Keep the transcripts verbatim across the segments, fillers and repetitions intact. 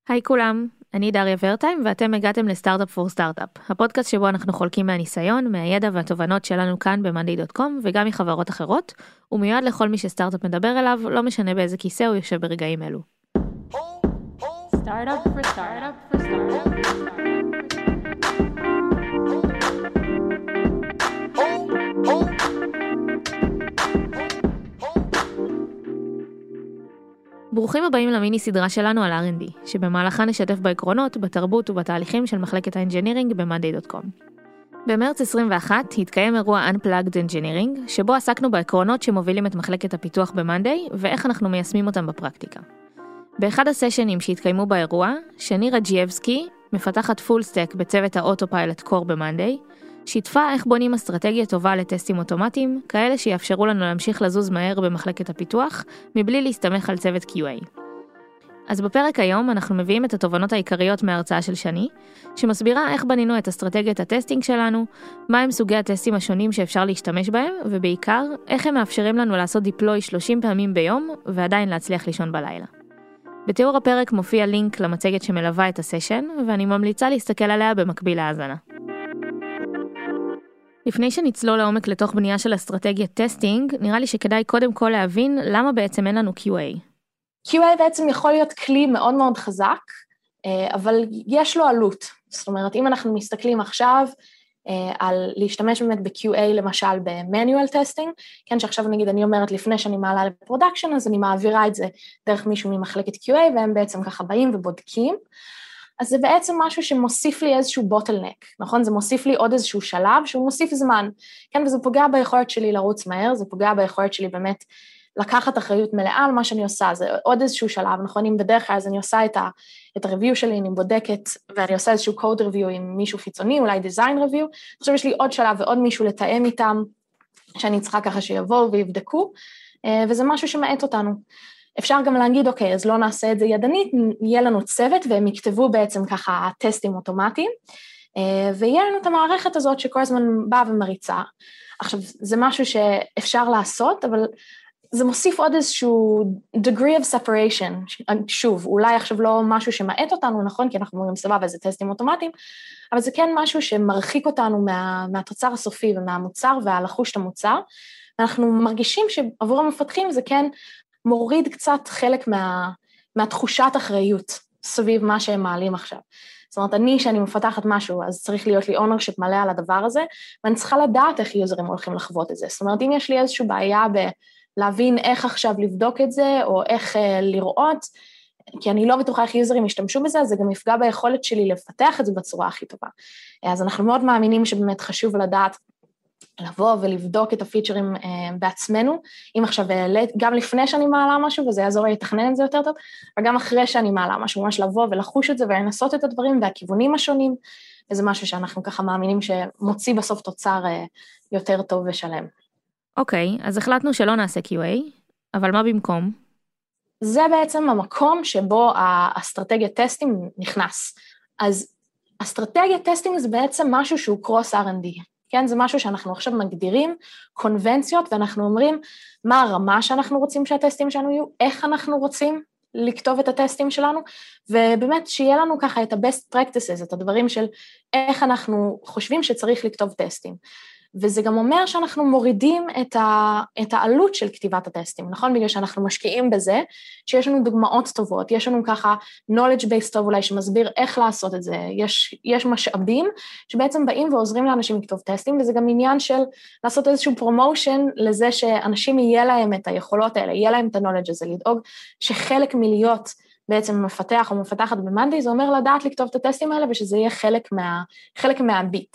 היי כולם, אני דריה ורטיים ואתם הגעתם לסטארט-אפ פור סטארט-אפ, הפודקאסט שבו אנחנו חולקים מהניסיון, מהידע והתובנות שלנו כאן ב-מאנדיי דוט קום וגם מחברות אחרות, הוא מיועד לכל מי שסטארט-אפ מדבר אליו, לא משנה באיזה כיסא הוא יושב ברגעים אלו. Startup for startup for startup. ברוכים הבאים למיני סדרה שלנו על אר אנד די, שבמהלכה נשתף בעקרונות, בתרבות ובתהליכים של מחלקת האנג'ינירינג ב-מאנדיי דוט קום. במרץ עשרים ואחת התקיים אירוע Unplugged Engineering, שבו עסקנו בעקרונות שמובילים את מחלקת הפיתוח ב-מאנדיי, ואיך אנחנו מיישמים אותם בפרקטיקה. באחד הסשנים שהתקיימו באירוע, שנירה ג'ייבסקי, מפתחת פול סטק בצוות האוטופיילוט קור ב-מאנדיי, שיתפה איך בונים אסטרטגיה טובה לטסטים אוטומטיים, כאלה שיאפשרו לנו להמשיך לזוז מהר במחלקת הפיתוח, מבלי להסתמך על צוות קיו איי. אז בפרק היום אנחנו מביאים את התובנות העיקריות מההרצאה של שני, שמסבירה איך בנינו את אסטרטגיית הטסטינג שלנו, מהם סוגי הטסטים השונים שאפשר להשתמש בהם, ובעיקר, איך הם מאפשרים לנו לעשות דיפלוי שלושים פעמים ביום, ועדיין להצליח לישון בלילה. בתיאור הפרק מופיע לינק למצגת שמלווה את הסשן, ואני ממליצה להסתכל עליה במקביל להאזנה. לפני שנצלול לעומק לתוך בנייה של אסטרטגיית טסטינג, נראה לי שכדאי קודם כל להבין למה בעצם אין לנו קיו איי. קיו איי בעצם יכול להיות כלי מאוד מאוד חזק, אבל יש לו עלות. זאת אומרת, אם אנחנו מסתכלים עכשיו על להשתמש באמת ב-קיו איי, למשל ב-manual testing, כן, שעכשיו נגיד אני אומרת לפני שאני מעלה לפרודקשן, אז אני מעבירה את זה דרך מישהו ממחלקת קיו איי, והם בעצם ככה באים ובודקים, אז זה בעצם משהו שמוסיף לי איזשהו בוטלנק, נכון? זה מוסיף לי עוד איזשהו שלב, שהוא מוסיף זמן, כן? וזה פוגע ביכולת שלי לרוץ מהר, זה פוגע ביכולת שלי באמת לקחת אחריות מלאה על מה שאני עושה, זה עוד איזשהו שלב, נכון? אם בדרך כלל אז אני עושה את ה, את ה-review שלי, אני בודקת, ואני עושה איזשהו code review עם מישהו חיצוני, אולי design review, עכשיו יש לי עוד שלב ועוד מישהו לתאם איתם, שאני צריכה ככה שיבואו ויבדקו, וזה משהו שמעט אותנו. אפשר גם להגיד, אוקיי, אז לא נעשה את זה ידנית, יהיה לנו צוות, והם יכתבו בעצם ככה טסטים אוטומטיים, ויהיה לנו את המערכת הזאת שכל הזמן באה ומריצה. עכשיו, זה משהו שאפשר לעשות, אבל זה מוסיף עוד איזשהו degree of separation, שוב, אולי עכשיו לא משהו שמעט אותנו, נכון, כי אנחנו אומרים סבבה, זה טסטים אוטומטיים, אבל זה כן משהו שמרחיק אותנו מה, מהתוצר הסופי ומהמוצר, והלחוש את המוצר, ואנחנו מרגישים שעבור המפתחים זה כן מוריד קצת חלק מה, מהתחושת אחריות סביב מה שהם מעלים עכשיו. זאת אומרת, אני, שאני מפתחת משהו, אז צריך להיות לי ownership מלא על הדבר הזה, ואני צריכה לדעת איך יוזרים הולכים לחוות את זה. זאת אומרת, אם יש לי איזושהי בעיה בלהבין איך עכשיו לבדוק את זה, או איך uh, לראות, כי אני לא בטוחה איך יוזרים ישתמשו בזה, אז זה גם יפגע ביכולת שלי לפתח את זה בצורה הכי טובה. אז אנחנו מאוד מאמינים שבאמת חשוב לדעת, לבוא ולבדוק את הפיצ'רים uh, בעצמנו, אם עכשיו, גם לפני שאני מעלה משהו, וזה יעזור לי לתכנן את זה יותר טוב, וגם אחרי שאני מעלה משהו, ממש לבוא ולחוש את זה, ולנסות את הדברים והכיוונים השונים, וזה משהו שאנחנו ככה מאמינים שמוציא בסוף תוצר uh, יותר טוב ושלם. אוקיי, אז החלטנו שלא נעשה קיו איי, אבל מה במקום? זה בעצם המקום שבו האסטרטגיית טסטינג נכנס. אז אסטרטגיית טסטינג זה בעצם משהו שהוא קרוס אר אנד די, כן, זה משהו שאנחנו עכשיו מגדירים קונבנציות, ואנחנו אומרים מה הרמה שאנחנו רוצים שהטסטים שלנו יהיו, איך אנחנו רוצים לכתוב את הטסטים שלנו, ובאמת שיהיה לנו ככה את ה-best practices, את הדברים של איך אנחנו חושבים שצריך לכתוב טסטים. וזה גם אומר שאנחנו מורידים את, ה, את העלות של כתיבת הטסטים, נכון? בגלל שאנחנו משקיעים בזה, שיש לנו דוגמאות טובות, יש לנו ככה knowledge base טוב אולי שמסביר איך לעשות את זה, יש, יש משאבים שבעצם באים ועוזרים לאנשים לכתוב טסטים, וזה גם עניין של לעשות איזשהו פרומושן לזה שאנשים יהיה להם את היכולות האלה, יהיה להם את ה-knowledge הזה, לדאוג שחלק מלהיות בעצם מפתח או מפתחת ב-מאנדיי, זה אומר לדעת לכתוב את הטסטים האלה, ושזה יהיה חלק מה, חלק מהביט.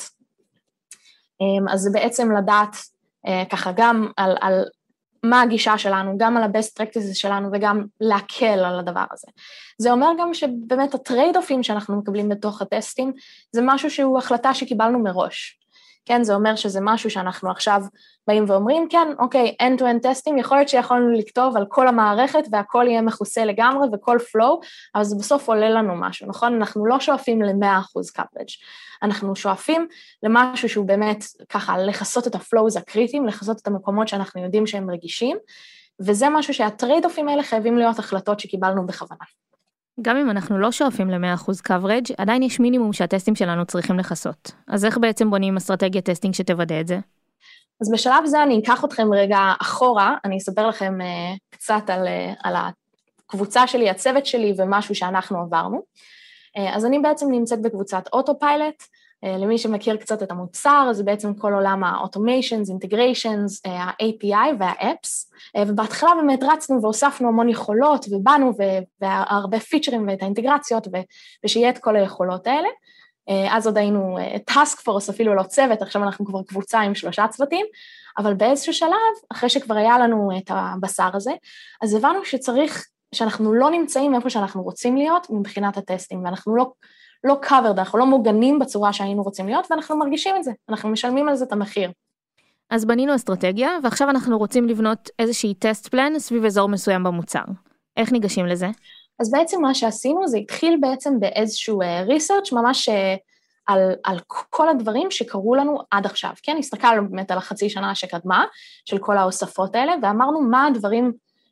אז זה בעצם לדעת ככה גם על, על מה הגישה שלנו, גם על ה-best practices שלנו, וגם להקל על הדבר הזה. זה אומר גם שבאמת הטרייד-אופים שאנחנו מקבלים בתוך הטסטים, זה משהו שהוא החלטה שקיבלנו מראש. כן, זה אומר שזה משהו שאנחנו עכשיו באים ואומרים, כן, אוקיי, end-to-end טסטים, יכול להיות שיכולנו לכתוב על כל המערכת, והכל יהיה מכוסה לגמרי, וכל flow, אבל זה בסוף עולה לנו משהו, נכון? אנחנו לא שואפים ל-מאה אחוז coverage, אנחנו שואפים למשהו שהוא באמת ככה, לחסות את ה-flows הקריטיים, לחסות את המקומות שאנחנו יודעים שהם רגישים, וזה משהו שהטרייד-אופים האלה חייבים להיות החלטות שקיבלנו בכוונה. גם אם אנחנו לא שואפים ל-מאה אחוז coverage, עדיין יש מינימום שהטסטים שלנו צריכים לחסות. אז איך בעצם בונים אסטרטגיית טסטינג שתוודא את זה? אז בשלב זה אני אקח אתכם רגע אחורה, אני אספר לכם uh, קצת על, uh, על הקבוצה שלי, הצוות שלי ומשהו שאנחנו עברנו. Uh, אז אני בעצם נמצאת בקבוצת אוטופיילוט, uh, למי שמכיר קצת את המוצר, אז זה בעצם כל עולם ה-automations, integrations, uh, ה-איי פי איי וה-apps, uh, ובהתחלה באמת רצנו והוספנו המון יכולות, ובאנו והרבה פיצ'רים ואת האינטגרציות, ו- ושיהיה את כל היכולות האלה. אז עוד היינו טאסק פורס, אפילו לא צוות, עכשיו אנחנו כבר קבוצה עם שלושה צוותים, אבל באיזשהו שלב, אחרי שכבר היה לנו את הבשר הזה, אז הבנו שצריך, שאנחנו לא נמצאים איפה שאנחנו רוצים להיות מבחינת הטסטים, ואנחנו לא, לא covered, אנחנו לא מוגנים בצורה שהיינו רוצים להיות, ואנחנו מרגישים את זה, אנחנו משלמים על זה את המחיר. אז בנינו אסטרטגיה, ועכשיו אנחנו רוצים לבנות איזושהי טסט פלן סביב אזור מסוים במוצר. איך ניגשים לזה? אז בעצם מה שעשינו, זה התחיל בעצם באיזשהו ריסרצ' ממש על, על כל הדברים שקרו לנו עד עכשיו, כן? הסתכלנו באמת על החצי שנה שקדמה, של כל ההוספות האלה, ואמרנו מה הדברים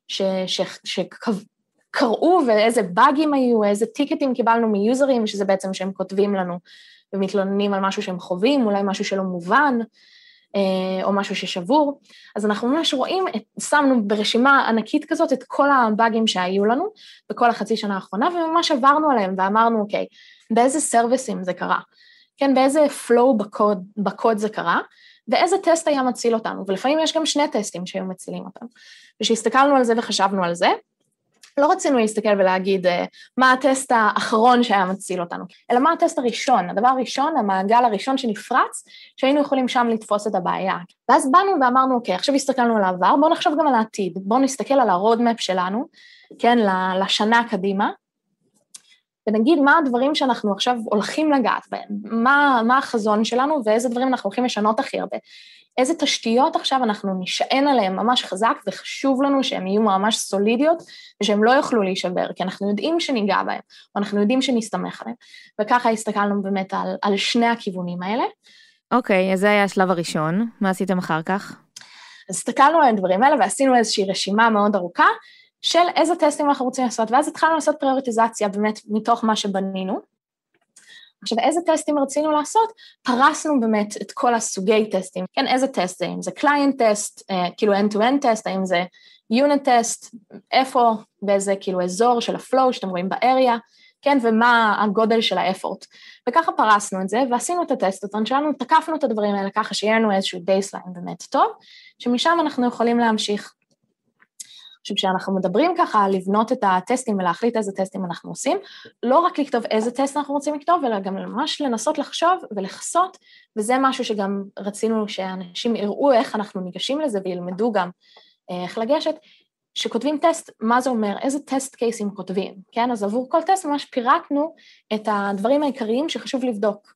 שקראו, ואיזה באגים היו, איזה טיקטים קיבלנו מיוזרים, שזה בעצם שהם כותבים לנו, ומתלוננים על משהו שהם חווים, אולי משהו שלא מובן, או משהו ששבור, אז אנחנו ממש רואים, שמנו ברשימה ענקית כזאת את כל הבאגים שהיו לנו, בכל החצי שנה האחרונה, וממש עברנו עליהם, ואמרנו, אוקיי, באיזה סרוויסים זה קרה, כן, באיזה flow בקוד, בקוד זה קרה, ואיזה טסט היה מציל אותנו, ולפעמים יש גם שני טסטים שהיו מצילים אותנו, ושהסתכלנו על זה וחשבנו על זה, לא רצינו להסתכל ולהגיד מה הטסט האחרון שהיה מציל אותנו, אלא מה הטסט הראשון, הדבר הראשון, המעגל הראשון שנפרץ, שהיינו יכולים שם לתפוס את הבעיה. ואז באנו ואמרנו, אוקיי, עכשיו הסתכלנו על העבר, בואו נחשוב גם על העתיד, בואו נסתכל על הרודמפ שלנו, כן, לשנה קדימה, ונגיד מה הדברים שאנחנו עכשיו הולכים לגעת בהם, מה, מה החזון שלנו ואיזה דברים אנחנו הולכים לשנות הכי הרבה, איזה תשתיות עכשיו אנחנו נשען עליהם ממש חזק, וחשוב לנו שהם יהיו ממש סולידיות, ושהם לא יוכלו להישבר, כי אנחנו יודעים שניגע בהם, או אנחנו יודעים שנסתמך עליהם, וככה הסתכלנו באמת על, על שני הכיוונים האלה. אוקיי, אז זה היה השלב הראשון, מה עשיתם אחר כך? אז הסתכלנו על הדברים האלה, ועשינו איזושהי רשימה מאוד ארוכה, של איזה טסטים אנחנו רוצים לעשות, ואז התחלנו לעשות פריוריטיזציה באמת מתוך מה שבנינו, עכשיו, איזה טסטים רצינו לעשות? פרסנו באמת את כל הסוגי טסטים, כן, איזה טסט זה, אם זה קליינט טסט, כאילו end-to-end טסט, האם זה unit טסט, איפה, באיזה כאילו אזור של הפלואו שאתם רואים באריה, כן, ומה הגודל של האפורט. וככה פרסנו את זה, ועשינו את הטסטות שלנו, תקפנו את הדברים האלה ככה שיהיה לנו איזשהו בייסליין באמת טוב, שמשם אנחנו יכולים להמשיך. עכשיו, כשאנחנו מדברים ככה על לבנות את הטסטים ולהחליט איזה טסטים אנחנו עושים, לא רק לכתוב איזה טסט אנחנו רוצים לכתוב, אלא גם ממש לנסות לחשוב ולחסות, וזה משהו שגם רצינו שאנשים יראו איך אנחנו ניגשים לזה, וילמדו גם איך לגשת, שכותבים טסט, מה זה אומר, איזה טסט קייסים כותבים, כן? אז עבור כל טסט ממש פירקנו את הדברים העיקריים שחשוב לבדוק.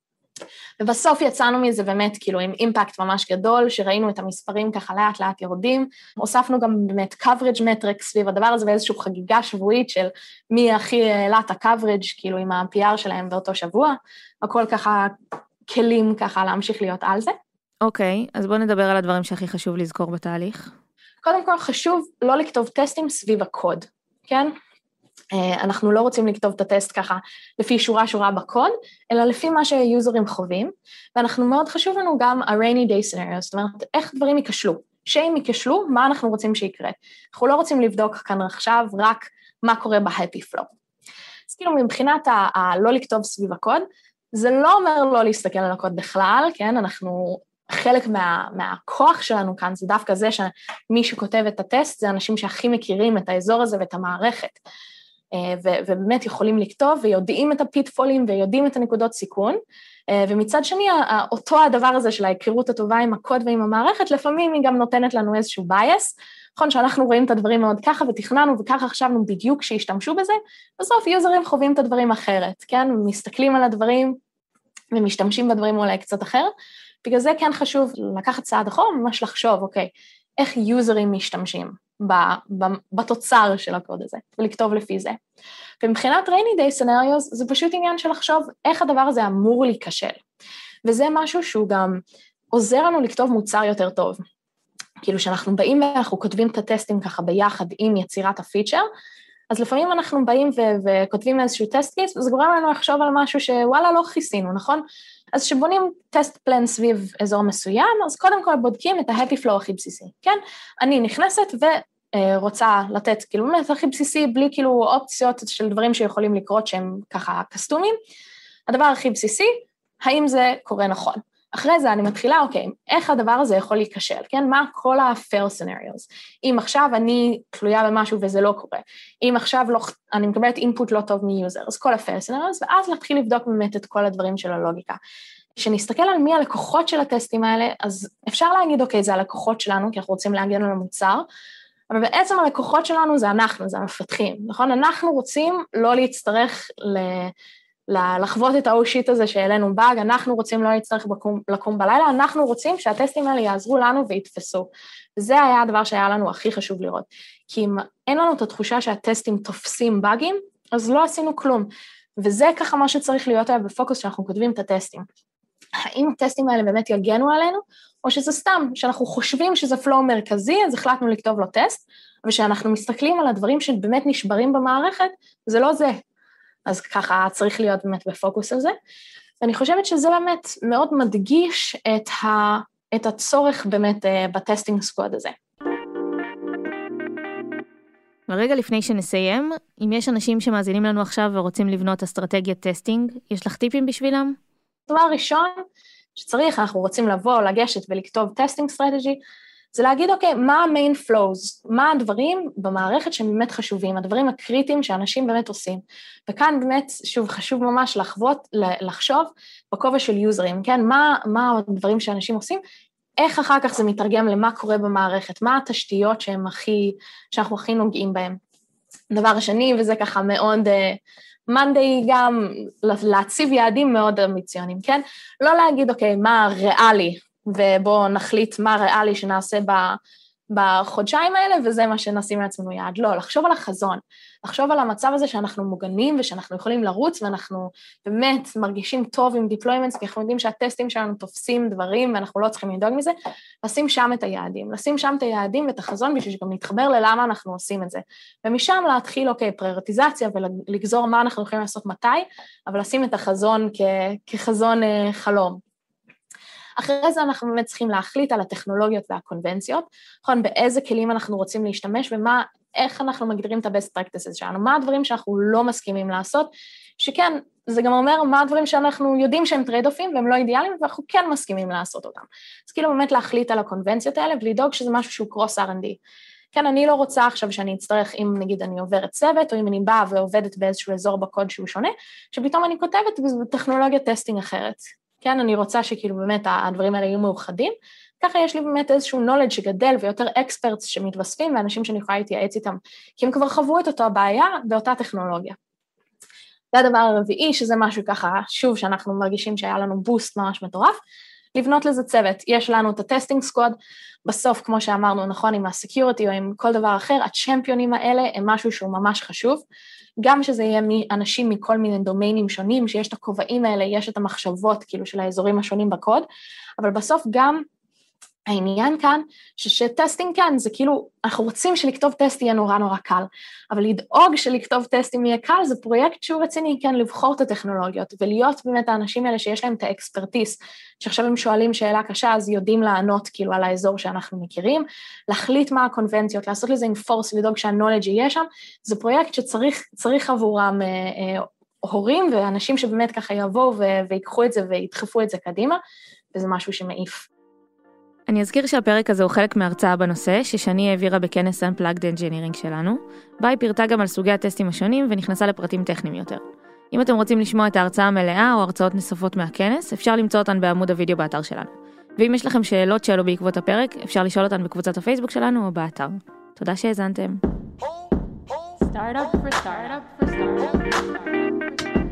ובסוף יצאנו מזה באמת כאילו עם אימפקט ממש גדול, שראינו את המספרים ככה לאט לאט יורדים, הוספנו גם באמת coverage metrics סביב הדבר הזה, ואיזושהי חגיגה שבועית של מי הכי העלה את ה-coverage, כאילו עם ה-פי אר שלהם באותו שבוע, הכל ככה כלים ככה להמשיך להיות על זה. אוקיי, אז בואו נדבר על הדברים שהכי חשוב לזכור בתהליך. קודם כל חשוב לא לכתוב טסטים סביב הקוד, כן? אנחנו לא רוצים לכתוב את הטסט ככה לפי שורה שורה בקוד, אלא לפי מה שיוזרים חווים, ואנחנו מאוד חשוב לנו גם ה-rainy day scenario, זאת אומרת, איך דברים ייכשלו, שאם ייכשלו, מה אנחנו רוצים שיקרה. אנחנו לא רוצים לבדוק כאן עכשיו רק מה קורה ב-happy flow. אז כאילו מבחינת ה-לא לכתוב סביב הקוד, זה לא אומר לא להסתכל על הקוד בכלל, כן, אנחנו, חלק מה, מהכוח שלנו כאן, זה דווקא זה שמי שכותב את הטסט, זה אנשים שהכי מכירים את האזור הזה ואת המערכת, ובאמת יכולים לכתוב, ויודעים את הפיטפולים, ויודעים את הנקודות סיכון, ומצד שני, אותו הדבר הזה של ההיכרות הטובה עם הקוד ועם המערכת, לפעמים היא גם נותנת לנו איזשהו בייס, נכון שאנחנו רואים את הדברים מאוד ככה, ותכננו וככה חשבנו בדיוק שהשתמשו בזה, בסוף יוזרים חווים את הדברים אחרת, כן? מסתכלים על הדברים, ומשתמשים בדברים אולי קצת אחרת, בגלל זה כן חשוב לקחת צעד אחורה, ממש לחשוב, אוקיי, איך יוזרים משתמשים בתוצר של הקוד הזה, ולכתוב לפי זה. ומבחינת rainy day scenarios, זה פשוט עניין של לחשוב איך הדבר הזה אמור להיכשל. וזה משהו שהוא גם עוזר לנו לכתוב מוצר יותר טוב. כאילו שאנחנו באים ואנחנו כותבים את הטסטים ככה ביחד עם יצירת הפיצ'ר, אז לפעמים אנחנו באים ו- וכותבים איזשהו טסט קייס, וזה גורם לנו לחשוב על משהו שוואלה לא כיסינו, נכון? אז שבונים טסט פלן סביב אזור מסוים, אז קודם כל בודקים את ה-happy flow הכי בסיסי, כן? אני נכנסת ורוצה לתת כאילו באמת הכי בסיסי, בלי כאילו אופציות של דברים שיכולים לקרות שהם ככה קסטומים. הדבר הכי בסיסי, האם זה קורה נכון? אחרי זה אני מתחילה, אוקיי, איך הדבר הזה יכול להיכשל, כן? מה כל ה-fail scenarios? אם עכשיו אני תלויה במשהו וזה לא קורה, אם עכשיו לא, אני מקבלת input לא טוב מ-user, אז כל ה-fail scenarios, ואז להתחיל לבדוק באמת את כל הדברים של הלוגיקה. כשנסתכל על מי הלקוחות של הטסטים האלה, אז אפשר להגיד, אוקיי, זה הלקוחות שלנו, כי אנחנו רוצים להגן על המוצר, אבל בעצם הלקוחות שלנו זה אנחנו, זה המפתחים, נכון? אנחנו רוצים לא להצטרך ל... לחוות את האושיט הזה שאלינו באג, אנחנו רוצים לא להצטרך לקום, לקום בלילה, אנחנו רוצים שהטסטים האלה יעזרו לנו ויתפסו. וזה היה הדבר שהיה לנו הכי חשוב לראות. כי אם אין לנו את התחושה שהטסטים תופסים באגים, אז לא עשינו כלום. וזה ככה מה שצריך להיות היה בפוקוס שאנחנו כותבים את הטסטים. האם הטסטים האלה באמת יגנו עלינו, או שזה סתם, שאנחנו חושבים שזה פלואו מרכזי, אז החלטנו לכתוב לו טסט, ושאנחנו מסתכלים על הדברים שבאמת נשברים במערכת, זה לא זה. אז ככה צריך להיות באמת בפוקוס על זה, ואני חושבת שזה באמת מאוד מדגיש את, ה, את הצורך באמת בטסטינג סקוואד הזה. ורגע לפני שנסיים, אם יש אנשים שמאזינים לנו עכשיו ורוצים לבנות אסטרטגיית טסטינג, יש לך טיפים בשבילם? דבר ראשון שצריך, אנחנו רוצים לבוא, לגשת ולכתוב טסטינג סטרטג'י, זה להגיד, אוקיי, מה המיין פלואוז, מה הדברים במערכת שהם באמת חשובים, הדברים הקריטיים שאנשים באמת עושים, וכאן באמת, שוב, חשוב ממש לחוות, לחשוב בכובע של יוזרים, כן, מה, מה הדברים שאנשים עושים, איך אחר כך זה מתרגם למה קורה במערכת, מה התשתיות שהם הכי, שאנחנו הכי נוגעים בהם. דבר השני, וזה ככה מאוד מנדי גם, להציב יעדים מאוד אמביציוניים, כן, לא להגיד, אוקיי, מה ריאלי, ובואו נחליט מה ריאלי שנעשה בחודשיים האלה, וזה מה שנשים לעצמנו יעד. לא, לחשוב על החזון, לחשוב על המצב הזה שאנחנו מוגנים, ושאנחנו יכולים לרוץ, ואנחנו באמת מרגישים טוב עם deployments, כי אנחנו יודעים שהטסטים שלנו תופסים דברים, ואנחנו לא צריכים לדאוג מזה, לשים שם את היעדים, לשים שם את היעדים ואת החזון, בשביל שגם נתחבר ללמה אנחנו עושים את זה. ומשם להתחיל, אוקיי, פריורטיזציה, ולגזור מה אנחנו יכולים לעשות מתי, אבל לשים את החזון כ- כחזון אה, חלום. אחרי זה אנחנו באמת צריכים להחליט על הטכנולוגיות והקונבנציות, נכון, באיזה כלים אנחנו רוצים להשתמש, ומה, איך אנחנו מגדירים את ה-best practices שלנו, מה הדברים שאנחנו לא מסכימים לעשות, שכן, זה גם אומר מה הדברים שאנחנו יודעים שהם טרייד-אופים, והם לא אידיאליים, ואנחנו כן מסכימים לעשות אותם. אז כאילו באמת להחליט על הקונבנציות האלה, ולדאוג שזה משהו שהוא קרוס אר אנד די. כן, אני לא רוצה עכשיו שאני אצטרך, אם נגיד אני עוברת צוות, או אם אני באה ועובדת באיזשהו אזור בקוד שהוא שונה, שפתאום אני כותבת בטכנולוגיית טסטינג אחרת. כן, אני רוצה שכאילו באמת הדברים האלה יהיו מאוחדים, ככה יש לי באמת איזשהו knowledge שגדל ויותר אקספרטס שמתווספים, ואנשים שאני יכולה להתייעץ איתם, כי הם כבר חוו את אותו הבעיה באותה טכנולוגיה. והדבר הרביעי, שזה משהו ככה, שוב שאנחנו מרגישים שהיה לנו בוסט ממש מטורף, לבנות לזה צוות. יש לנו את הטסטינג סקוואד, בסוף, כמו שאמרנו, נכון, עם הסקיוריטי או עם כל דבר אחר, הצ'מפיונים האלה הם משהו שהוא ממש חשוב, גם שזה יהיה אנשים מכל מיני דומיינים שונים, שיש את הכובעים האלה, יש את המחשבות כאילו של האזורים השונים בקוד, אבל בסוף גם העניין כאן, שטסטינג כאן זה כאילו, אנחנו רוצים שלכתוב טסט יהיה נורא נורא קל, אבל לדאוג שלכתוב טסטים יהיה קל, זה פרויקט שהוא רציני, כן, לבחור את הטכנולוגיות, ולהיות באמת האנשים האלה שיש להם את האקספרטיס, שעכשיו הם שואלים שאלה קשה, אז יודעים לענות כאילו על האזור שאנחנו מכירים, להחליט מה הקונבנציות, לעשות לזה אינפורס, לדאוג שהנולדג' יהיה שם, זה פרויקט שצריך צריך עבורם אה, אה, הורים, ואנשים שבאמת ככה יבואו ויקחו את זה וידחפו את זה קדימה, וזה משהו שמעיף. אני אזכיר שהפרק הזה הוא חלק מהרצאה בנושא, ששני העבירה בכנס Unplugged Engineering שלנו, בה היא פירטה גם על סוגי הטסטים השונים ונכנסה לפרטים טכניים יותר. אם אתם רוצים לשמוע את ההרצאה המלאה או הרצאות נוספות מהכנס, אפשר למצוא אותן בעמוד הוידאו באתר שלנו. ואם יש לכם שאלות שעלו בעקבות הפרק, אפשר לשאול אותן בקבוצת הפייסבוק שלנו או באתר. תודה שהאזנתם. Startup for startup for startup for startup.